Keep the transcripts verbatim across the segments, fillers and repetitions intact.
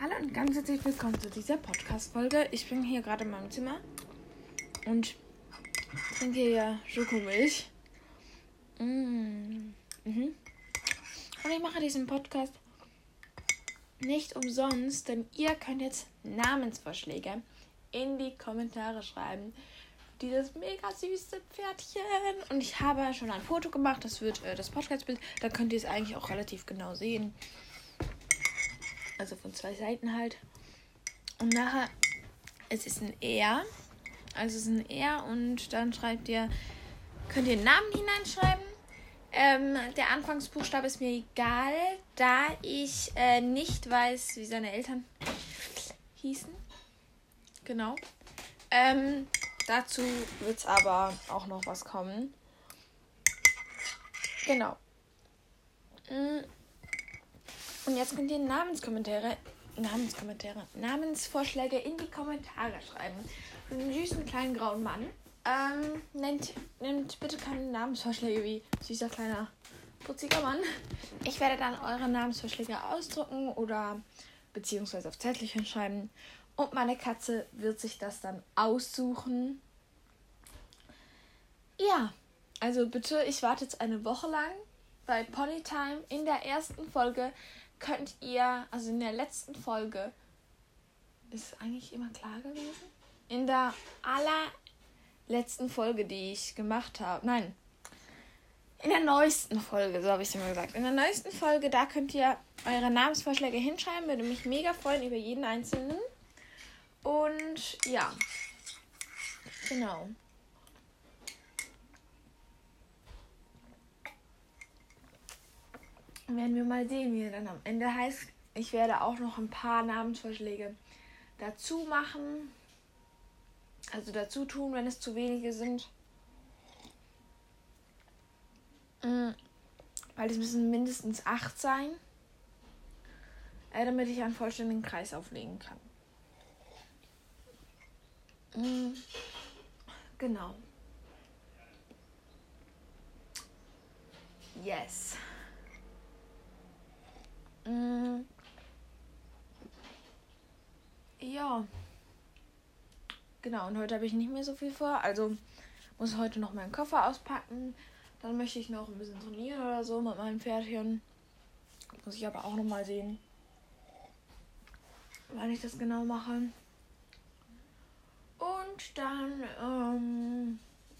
Hallo und ganz herzlich willkommen zu dieser Podcast-Folge. Ich bin hier gerade in meinem Zimmer und trinke hier Schokomilch. Mm. Mhm. Und ich mache diesen Podcast nicht umsonst, denn ihr könnt jetzt Namensvorschläge in die Kommentare schreiben. Dieses mega süße Pferdchen. Und ich habe schon ein Foto gemacht. Das wird äh, das Podcast-Bild. Da könnt ihr es eigentlich auch relativ genau sehen. Also von zwei Seiten halt. Und nachher, es ist ein R. Also es ist ein R und dann schreibt ihr, könnt ihr einen Namen hineinschreiben. Ähm, der Anfangsbuchstabe ist mir egal, da ich äh, nicht weiß, wie seine Eltern hießen. Genau. Ähm, dazu wird es aber auch noch was kommen. Genau. Und jetzt könnt ihr Namenskommentare, Namenskommentare, Namensvorschläge in die Kommentare schreiben. Für den süßen kleinen grauen Mann. Ähm, nennt, nehmt bitte keine Namensvorschläge wie süßer kleiner putziger Mann. Ich werde dann eure Namensvorschläge ausdrucken oder beziehungsweise auf Zettelchen schreiben. Und meine Katze wird sich das dann aussuchen. Ja, also bitte, ich warte jetzt eine Woche lang. Bei Ponytime in der ersten Folge könnt ihr, also in der letzten Folge, ist eigentlich immer klar gewesen? In der allerletzten Folge, die ich gemacht habe, nein, in der neuesten Folge, so habe ich es immer gesagt. In der neuesten Folge, da könnt ihr eure Namensvorschläge hinschreiben, würde mich mega freuen über jeden einzelnen. Und ja, genau. Werden wir mal sehen, wie er dann am Ende heißt. Ich werde auch noch ein paar Namensvorschläge dazu machen. Also dazu tun, wenn es zu wenige sind. Weil es müssen mindestens acht sein. Äh, damit ich einen vollständigen Kreis auflegen kann. Mhm. Genau. Yes. Mhm. Ja. Genau, und heute habe ich nicht mehr so viel vor. Also muss heute noch meinen Koffer auspacken. Dann möchte ich noch ein bisschen trainieren oder so mit meinem Pferdchen. Muss ich aber auch noch mal sehen, wann ich das genau mache. Und dann, ähm,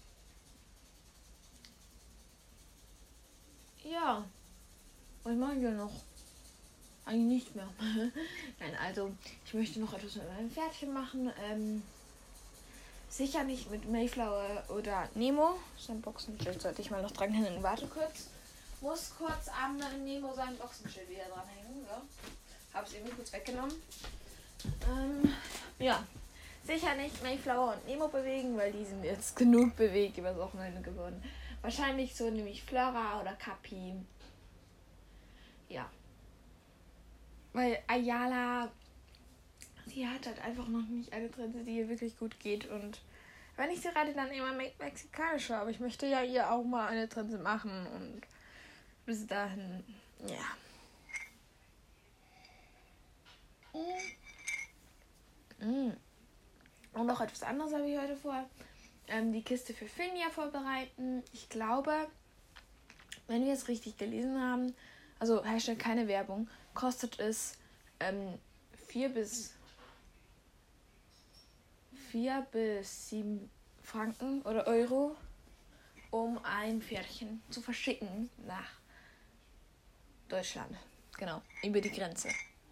ja, was machen wir noch? Eigentlich nicht mehr. Nein, also, ich möchte noch etwas mit meinem Pferdchen machen. Ähm, sicher nicht mit Mayflower oder Nemo. Sein Boxenschild sollte ich mal noch dranhängen. Warte kurz. Muss kurz am Nemo sein Boxenschild wieder dranhängen. Ja. Hab's eben kurz weggenommen. Ähm, ja. Sicher nicht Mayflower und Nemo bewegen, weil die sind jetzt genug bewegt übers Wochenende geworden. Wahrscheinlich so nämlich Flora oder Capi. Ja. Weil Ayala, sie hat halt einfach noch nicht eine Trense, die ihr wirklich gut geht. Und wenn ich sie reite, dann immer me- mexikanische. Aber ich möchte ja ihr auch mal eine Trense machen. Und bis dahin, ja. Mm. Mm. Und noch etwas anderes habe ich heute vor. Ähm, die Kiste für Finja vorbereiten. Ich glaube, wenn wir es richtig gelesen haben, also Hashtag keine Werbung, kostet es ähm, vier bis vier bis sieben Franken oder Euro, um ein Pferdchen zu verschicken nach Deutschland. Genau, über die Grenze.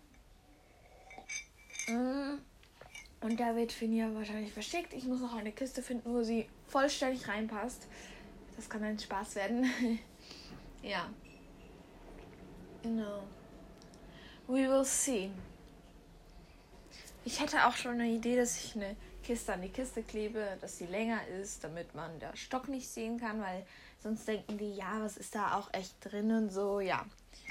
Und da wird Finja wahrscheinlich verschickt. Ich muss noch eine Kiste finden, wo sie vollständig reinpasst. Das kann ein Spaß werden. Ja. Genau. We will see. Ich hätte auch schon eine Idee, dass ich eine Kiste an die Kiste klebe, dass sie länger ist, damit man der Stock nicht sehen kann, weil sonst denken die, ja, was ist da auch echt drin und so, ja.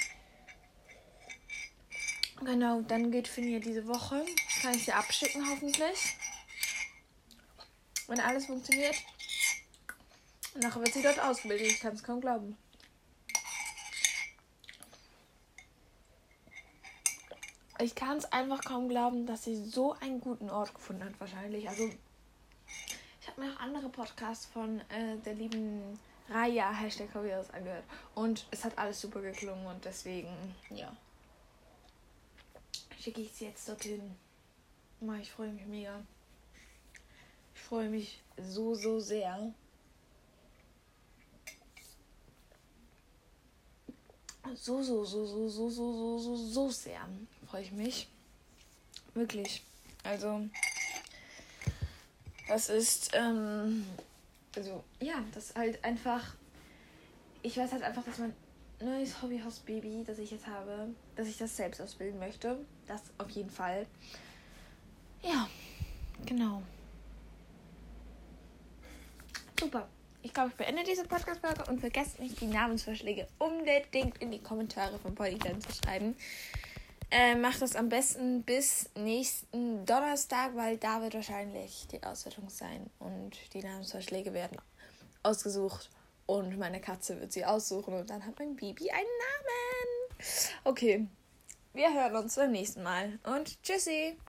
Genau, dann geht Finja diese Woche. Kann ich sie abschicken, hoffentlich. Wenn alles funktioniert. Und nachher wird sie dort ausgebildet. Ich kann es kaum glauben. ich kann es einfach kaum glauben, dass sie so einen guten Ort gefunden hat, wahrscheinlich. Also, ich habe mir auch andere Podcasts von äh, der lieben Raya, Hashtag Kaviaris, angehört. Und es hat alles super geklungen und deswegen, ja, schicke ich sie jetzt dorthin. Ich freue mich mega. Ich freue mich so, so sehr. So, so, so, so, so, so, so, so, so sehr freue ich mich. Wirklich. Also, das ist, ähm, also, ja, das ist halt einfach, ich weiß halt einfach, dass mein neues Hobbyhaus-Baby, das ich jetzt habe, dass ich das selbst ausbilden möchte. Das auf jeden Fall. Ja, genau. Super. Ich glaube, ich beende diese Podcast-Folge und vergesst nicht, die Namensvorschläge unbedingt in die Kommentare von Polyglot zu schreiben. Äh, macht das am besten bis nächsten Donnerstag, weil da wird wahrscheinlich die Auswertung sein und die Namensvorschläge werden ausgesucht und meine Katze wird sie aussuchen und dann hat mein Baby einen Namen. Okay, wir hören uns beim nächsten Mal und tschüssi.